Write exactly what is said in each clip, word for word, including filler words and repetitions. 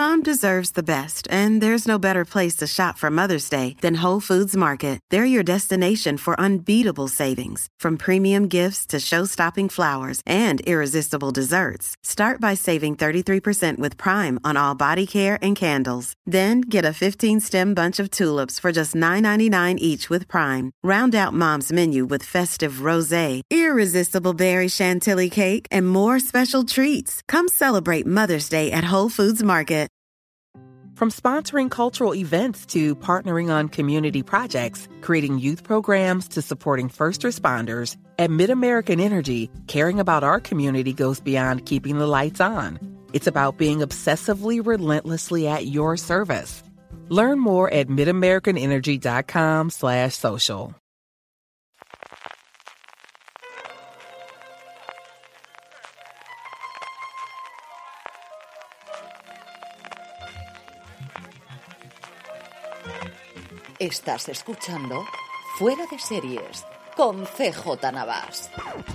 Mom deserves the best, and there's no better place to shop for Mother's Day than Whole Foods Market. They're your destination for unbeatable savings, from premium gifts to show-stopping flowers and irresistible desserts. Start by saving thirty-three percent with Prime on all body care and candles. Then get a fifteen-stem bunch of tulips for just nine ninety-nine each with Prime. Round out Mom's menu with festive rosé, irresistible berry chantilly cake, and more special treats. Come celebrate Mother's Day at Whole Foods Market. From sponsoring cultural events to partnering on community projects, creating youth programs to supporting first responders, at MidAmerican Energy, caring about our community goes beyond keeping the lights on. It's about being obsessively relentlessly at your service. Learn more at midamericanenergy.com slash social. Estás escuchando Fuera de Series con C J Navas.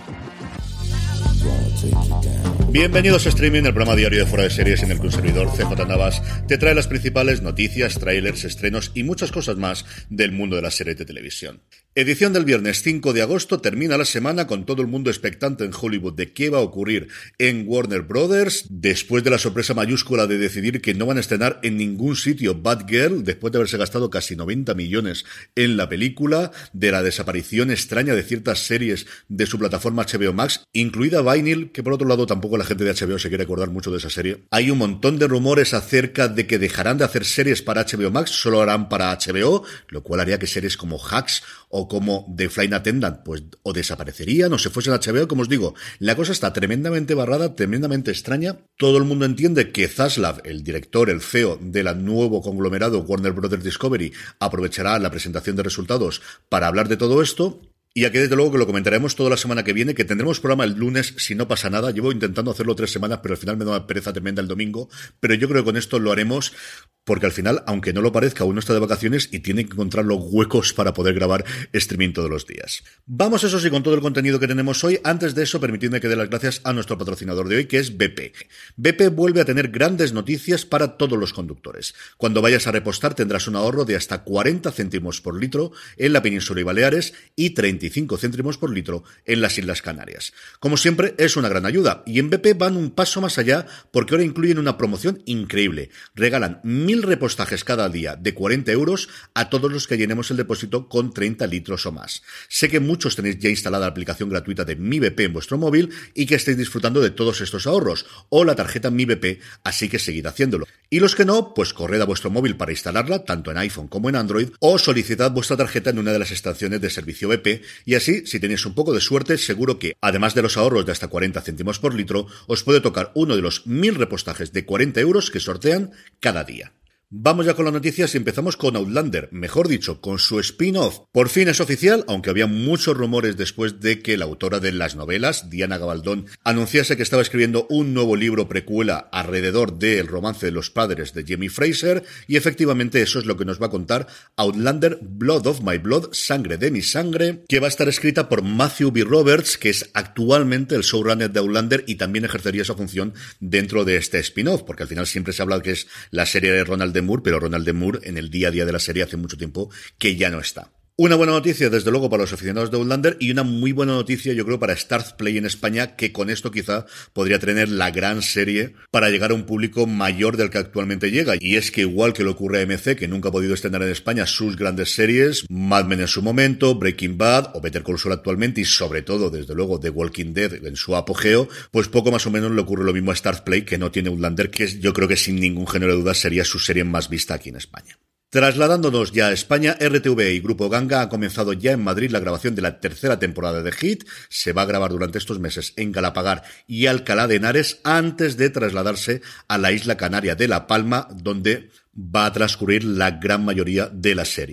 Bienvenidos a Streaming, el programa diario de Fuera de Series en el que un servidor, C J Navas, te trae las principales noticias, trailers, estrenos y muchas cosas más del mundo de las series de televisión. Edición del viernes cinco de agosto, termina la semana con todo el mundo expectante en Hollywood de qué va a ocurrir en Warner Brothers, después de la sorpresa mayúscula de decidir que no van a estrenar en ningún sitio Batgirl, después de haberse gastado casi noventa millones en la película, de la desaparición extraña de ciertas series de su plataforma H B O Max, incluida Vinyl, que por otro lado tampoco la gente de H B O se quiere acordar mucho de esa serie. Hay un montón de rumores acerca de que dejarán de hacer series para H B O Max, solo harán para H B O, lo cual haría que series como Hacks o como The Flight Attendant pues o desaparecerían o se fuesen a H B O. Como os digo, la cosa está tremendamente barrada, tremendamente extraña. Todo el mundo entiende que Zaslav, el director, el C E O del nuevo conglomerado Warner Brothers Discovery, aprovechará la presentación de resultados para hablar de todo esto. Y aquí desde luego que lo comentaremos toda la semana que viene, que tendremos programa el lunes si no pasa nada. Llevo intentando hacerlo tres semanas, pero al final me da una pereza tremenda el domingo. Pero yo creo que con esto lo haremos, porque al final, aunque no lo parezca, uno está de vacaciones y tiene que encontrar los huecos para poder grabar streaming todos los días. Vamos eso sí con todo el contenido que tenemos hoy. Antes de eso, permitidme que dé las gracias a nuestro patrocinador de hoy, que es B P. B P vuelve a tener grandes noticias para todos los conductores. Cuando vayas a repostar tendrás un ahorro de hasta cuarenta céntimos por litro en la península y Baleares y treinta y cinco céntimos por litro en las Islas Canarias. Como siempre, es una gran ayuda, y en B P van un paso más allá porque ahora incluyen una promoción increíble. Regalan mil repostajes cada día de cuarenta euros a todos los que llenemos el depósito con treinta litros o más. Sé que muchos tenéis ya instalada la aplicación gratuita de Mi B P en vuestro móvil y que estáis disfrutando de todos estos ahorros, o la tarjeta Mi B P, así que seguid haciéndolo. Y los que no, pues corred a vuestro móvil para instalarla, tanto en iPhone como en Android, o solicitad vuestra tarjeta en una de las estaciones de servicio B P, y así, si tenéis un poco de suerte, seguro que, además de los ahorros de hasta cuarenta céntimos por litro, os puede tocar uno de los mil repostajes de cuarenta euros que sortean cada día. Vamos ya con las noticias y empezamos con Outlander, mejor dicho, con su spin-off. Por fin es oficial, aunque había muchos rumores después de que la autora de las novelas, Diana Gabaldón, anunciase que estaba escribiendo un nuevo libro precuela alrededor del romance de los padres de Jamie Fraser, y efectivamente eso es lo que nos va a contar Outlander Blood of My Blood, Sangre de mi Sangre, que va a estar escrita por Matthew B. Roberts, que es actualmente el showrunner de Outlander y también ejercería esa función dentro de este spin-off, porque al final siempre se habla que es la serie de Ronald D. Moore, pero Ronald D. Moore en el día a día de la serie hace mucho tiempo que ya no está. Una buena noticia, desde luego, para los aficionados de Outlander, y una muy buena noticia, yo creo, para Starzplay en España, que con esto quizá podría tener la gran serie para llegar a un público mayor del que actualmente llega. Y es que igual que le ocurre a M C, que nunca ha podido estrenar en España sus grandes series, Mad Men en su momento, Breaking Bad o Better Call Saul actualmente, y sobre todo, desde luego, The Walking Dead en su apogeo, pues poco más o menos le ocurre lo mismo a Starzplay, que no tiene Outlander, que es, yo creo que sin ningún género de dudas sería su serie más vista aquí en España. Trasladándonos ya a España, R T V y Grupo Ganga ha comenzado ya en Madrid la grabación de la tercera temporada de Hit. Se va a grabar durante estos meses en Galapagar y Alcalá de Henares antes de trasladarse a la isla canaria de La Palma, donde va a transcurrir la gran mayoría de la serie.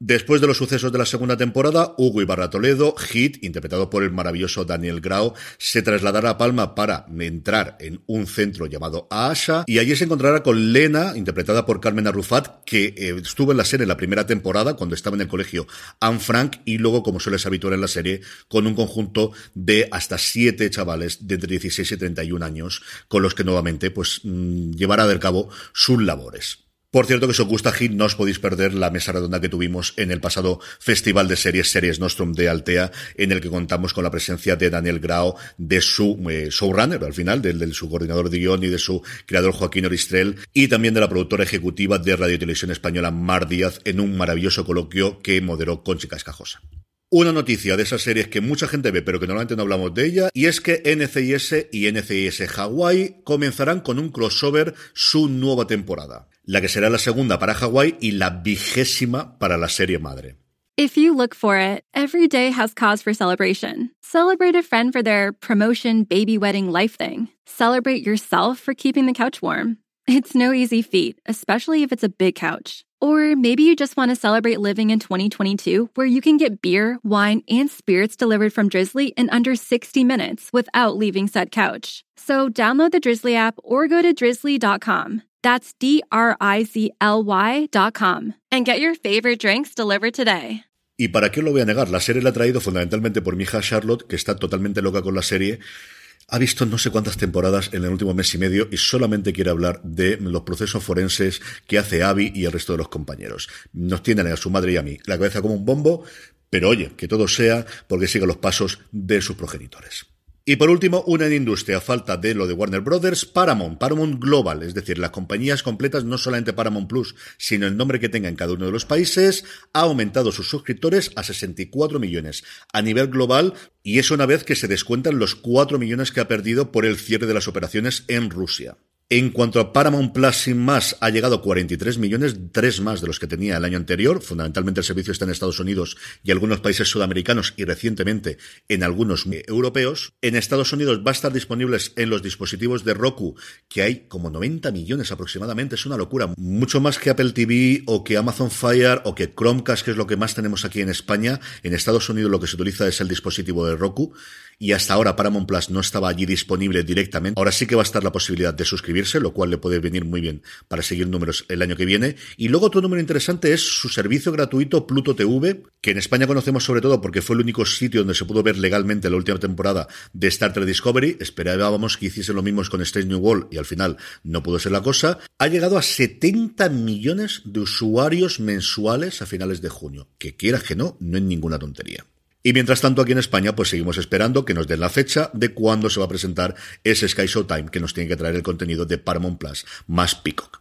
Después de los sucesos de la segunda temporada, Hugo Ibarra Toledo, Hit, interpretado por el maravilloso Daniel Grau, se trasladará a Palma para entrar en un centro llamado Aasha y allí se encontrará con Lena, interpretada por Carmen Arrufat, que eh, estuvo en la serie en la primera temporada cuando estaba en el colegio Anne Frank, y luego, como suele ser habitual en la serie, con un conjunto de hasta siete chavales de entre dieciséis y treinta y un años, con los que nuevamente pues mmm, llevará a cabo sus labores. Por cierto, que si os gusta Hit, no os podéis perder la mesa redonda que tuvimos en el pasado Festival de Series, Series Nostrum de Altea, en el que contamos con la presencia de Daniel Grau, de su eh, showrunner, al final, de, de su coordinador de guión y de su creador Joaquín Oristrel, y también de la productora ejecutiva de Radio y Televisión Española, Mar Díaz, en un maravilloso coloquio que moderó Conchi Cascajosa. Una noticia de esas series que mucha gente ve, pero que normalmente no hablamos de ella, y es que N C I S y N C I S Hawaii comenzarán con un crossover su nueva temporada, la que será la segunda para Hawaii y la vigésima para la serie madre. If you look for it, every day has cause for celebration. Celebrate a friend for their promotion, baby wedding, life thing. Celebrate yourself for keeping the couch warm. It's no easy feat, especially if it's a big couch. Or maybe you just want to celebrate living in twenty twenty-two, where you can get beer, wine, and spirits delivered from Drizzly in under sixty minutes without leaving said couch. So download the Drizzly app or go to drizzly dot com. That's D R I Z L Y dot com. And get your favorite drinks delivered today. Y para qué lo voy a negar, la serie la he traído fundamentalmente por mi hija Charlotte, que está totalmente loca con la serie. Ha visto no sé cuántas temporadas en el último mes y medio y solamente quiere hablar de los procesos forenses que hace Abby y el resto de los compañeros. Nos tienen a su madre y a mí la cabeza como un bombo, pero oye, que todo sea porque siga los pasos de sus progenitores. Y por último, una en industria, a falta de lo de Warner Brothers, Paramount, Paramount Global, es decir, las compañías completas, no solamente Paramount Plus, sino el nombre que tenga en cada uno de los países, ha aumentado sus suscriptores a sesenta y cuatro millones a nivel global, y eso una vez que se descuentan los cuatro millones que ha perdido por el cierre de las operaciones en Rusia. En cuanto a Paramount Plus sin más, ha llegado a cuarenta y tres millones, tres más de los que tenía el año anterior. Fundamentalmente el servicio está en Estados Unidos y algunos países sudamericanos y recientemente en algunos europeos. En Estados Unidos va a estar disponibles en los dispositivos de Roku, que hay como noventa millones aproximadamente. Es una locura. Mucho más que Apple T V o que Amazon Fire o que Chromecast, que es lo que más tenemos aquí en España. En Estados Unidos lo que se utiliza es el dispositivo de Roku. Y hasta ahora Paramount Plus no estaba allí disponible directamente. Ahora sí que va a estar la posibilidad de suscribirse, lo cual le puede venir muy bien para seguir números el año que viene. Y luego otro número interesante es su servicio gratuito Pluto T V, que en España conocemos sobre todo porque fue el único sitio donde se pudo ver legalmente la última temporada de Star Trek Discovery. Esperábamos que hiciesen lo mismo con Strange New World y al final no pudo ser la cosa. Ha llegado a setenta millones de usuarios mensuales a finales de junio. Que quieras que no, no es ninguna tontería. Y mientras tanto aquí en España pues seguimos esperando que nos den la fecha de cuándo se va a presentar ese Sky Showtime que nos tiene que traer el contenido de Paramount Plus más Peacock.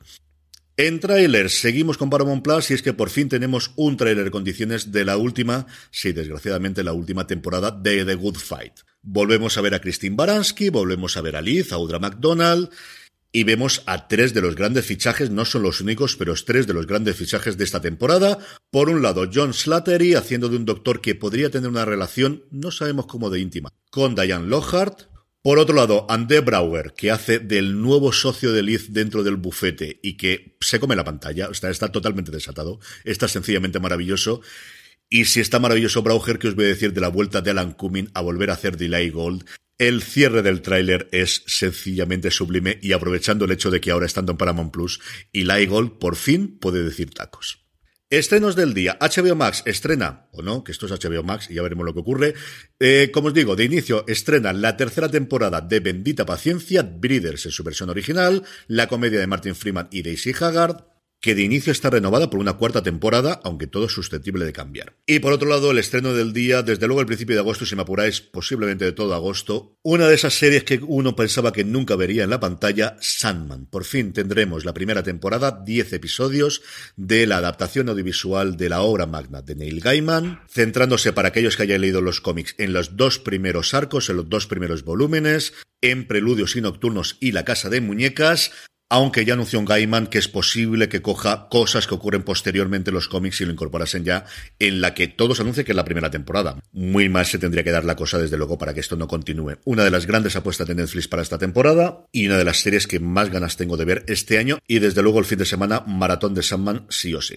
En trailers, seguimos con Paramount Plus y es que por fin tenemos un trailer en condiciones de la última, sí, desgraciadamente la última temporada de The Good Fight. Volvemos a ver a Christine Baranski, volvemos a ver a Liz, a Audra McDonald. Y vemos a tres de los grandes fichajes, no son los únicos, pero tres de los grandes fichajes de esta temporada. Por un lado, John Slattery, haciendo de un doctor que podría tener una relación, no sabemos cómo de íntima, con Diane Lockhart. Por otro lado, Andy Brauer, que hace del nuevo socio de Liz dentro del bufete y que se come la pantalla, está, está totalmente desatado, está sencillamente maravilloso. Y si está maravilloso Brauer, ¿qué os voy a decir de la vuelta de Alan Cumming a volver a hacer Delay Gold? El cierre del tráiler es sencillamente sublime y aprovechando el hecho de que ahora estando en Paramount Plus, Eli Gold por fin puede decir tacos. Estrenos del día. H B O Max estrena, o no, que esto es H B O Max y ya veremos lo que ocurre. Eh, como os digo, de inicio estrena la tercera temporada de Bendita Paciencia, Breeders en su versión original, la comedia de Martin Freeman y Daisy Haggard, que de inicio está renovada por una cuarta temporada, aunque todo es susceptible de cambiar. Y por otro lado, el estreno del día, desde luego el principio de agosto, si me apuráis, posiblemente de todo agosto, una de esas series que uno pensaba que nunca vería en la pantalla, Sandman. Por fin tendremos la primera temporada, diez episodios, de la adaptación audiovisual de la obra magna de Neil Gaiman, centrándose para aquellos que hayan leído los cómics en los dos primeros arcos, en los dos primeros volúmenes, en Preludios y Nocturnos y La Casa de Muñecas, aunque ya anunció Gaiman que es posible que coja cosas que ocurren posteriormente en los cómics y lo incorporasen ya en la que todos anuncian que es la primera temporada. Muy mal se tendría que dar la cosa, desde luego, para que esto no continúe. Una de las grandes apuestas de Netflix para esta temporada y una de las series que más ganas tengo de ver este año y desde luego el fin de semana maratón de Sandman sí o sí.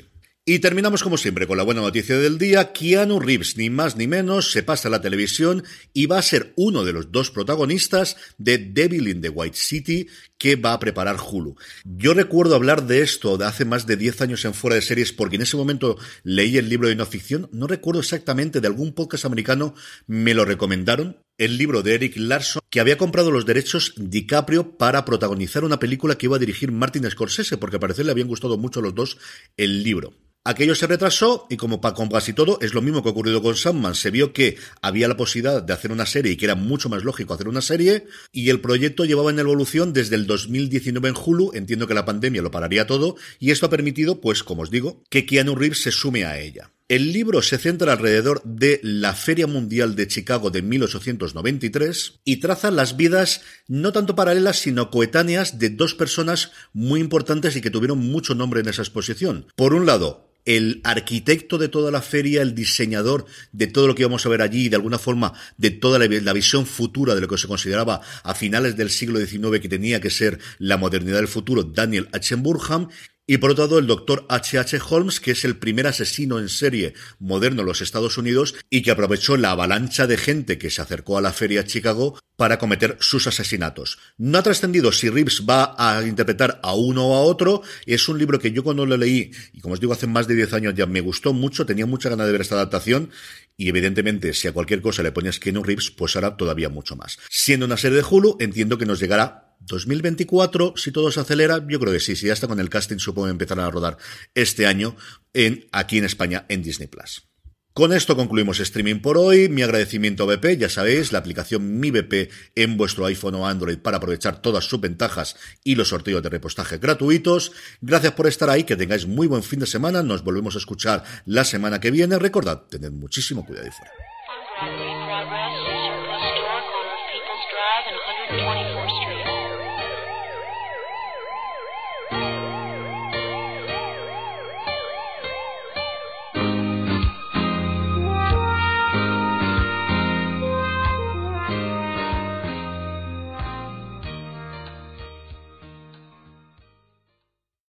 Y terminamos como siempre con la buena noticia del día. Keanu Reeves, ni más ni menos, se pasa a la televisión y va a ser uno de los dos protagonistas de Devil in the White City que va a preparar Hulu. Yo recuerdo hablar de esto de hace más de diez años en Fuera de Series porque en ese momento leí el libro de no ficción, no recuerdo exactamente, de algún podcast americano me lo recomendaron, el libro de Eric Larson, que había comprado los derechos DiCaprio para protagonizar una película que iba a dirigir Martin Scorsese, porque al parecer le habían gustado mucho a los dos el libro. Aquello se retrasó y como para con casi todo es lo mismo que ha ocurrido con Sandman. Se vio que había la posibilidad de hacer una serie y que era mucho más lógico hacer una serie y el proyecto llevaba en evolución desde el dos mil diecinueve en Hulu. Entiendo que la pandemia lo pararía todo y esto ha permitido, pues como os digo, que Keanu Reeves se sume a ella. El libro se centra alrededor de la Feria Mundial de Chicago de mil ochocientos noventa y tres y traza las vidas no tanto paralelas sino coetáneas de dos personas muy importantes y que tuvieron mucho nombre en esa exposición. Por un lado, el arquitecto de toda la feria, el diseñador de todo lo que íbamos a ver allí y de alguna forma de toda la, la visión futura de lo que se consideraba a finales del siglo diecinueve que tenía que ser la modernidad del futuro, Daniel H. Burham. Y por otro lado, el doctor H H. Holmes, que es el primer asesino en serie moderno en los Estados Unidos y que aprovechó la avalancha de gente que se acercó a la feria de Chicago para cometer sus asesinatos. No ha trascendido si Reeves va a interpretar a uno o a otro. Es un libro que yo cuando lo leí, y como os digo hace más de diez años ya, me gustó mucho, tenía mucha ganas de ver esta adaptación. Y evidentemente, si a cualquier cosa le pones Keanu Reeves, pues ahora todavía mucho más. Siendo una serie de Hulu, entiendo que nos llegará dos mil veinticuatro, si todo se acelera, yo creo que sí, si ya está con el casting, supongo que empezarán a rodar este año en, aquí en España en Disney Plus. Con esto concluimos streaming por hoy. Mi agradecimiento a B P, ya sabéis, la aplicación Mi B P en vuestro iPhone o Android para aprovechar todas sus ventajas y los sorteos de repostaje gratuitos. Gracias por estar ahí, que tengáis muy buen fin de semana. Nos volvemos a escuchar la semana que viene. Recordad, tened muchísimo cuidado y fuera.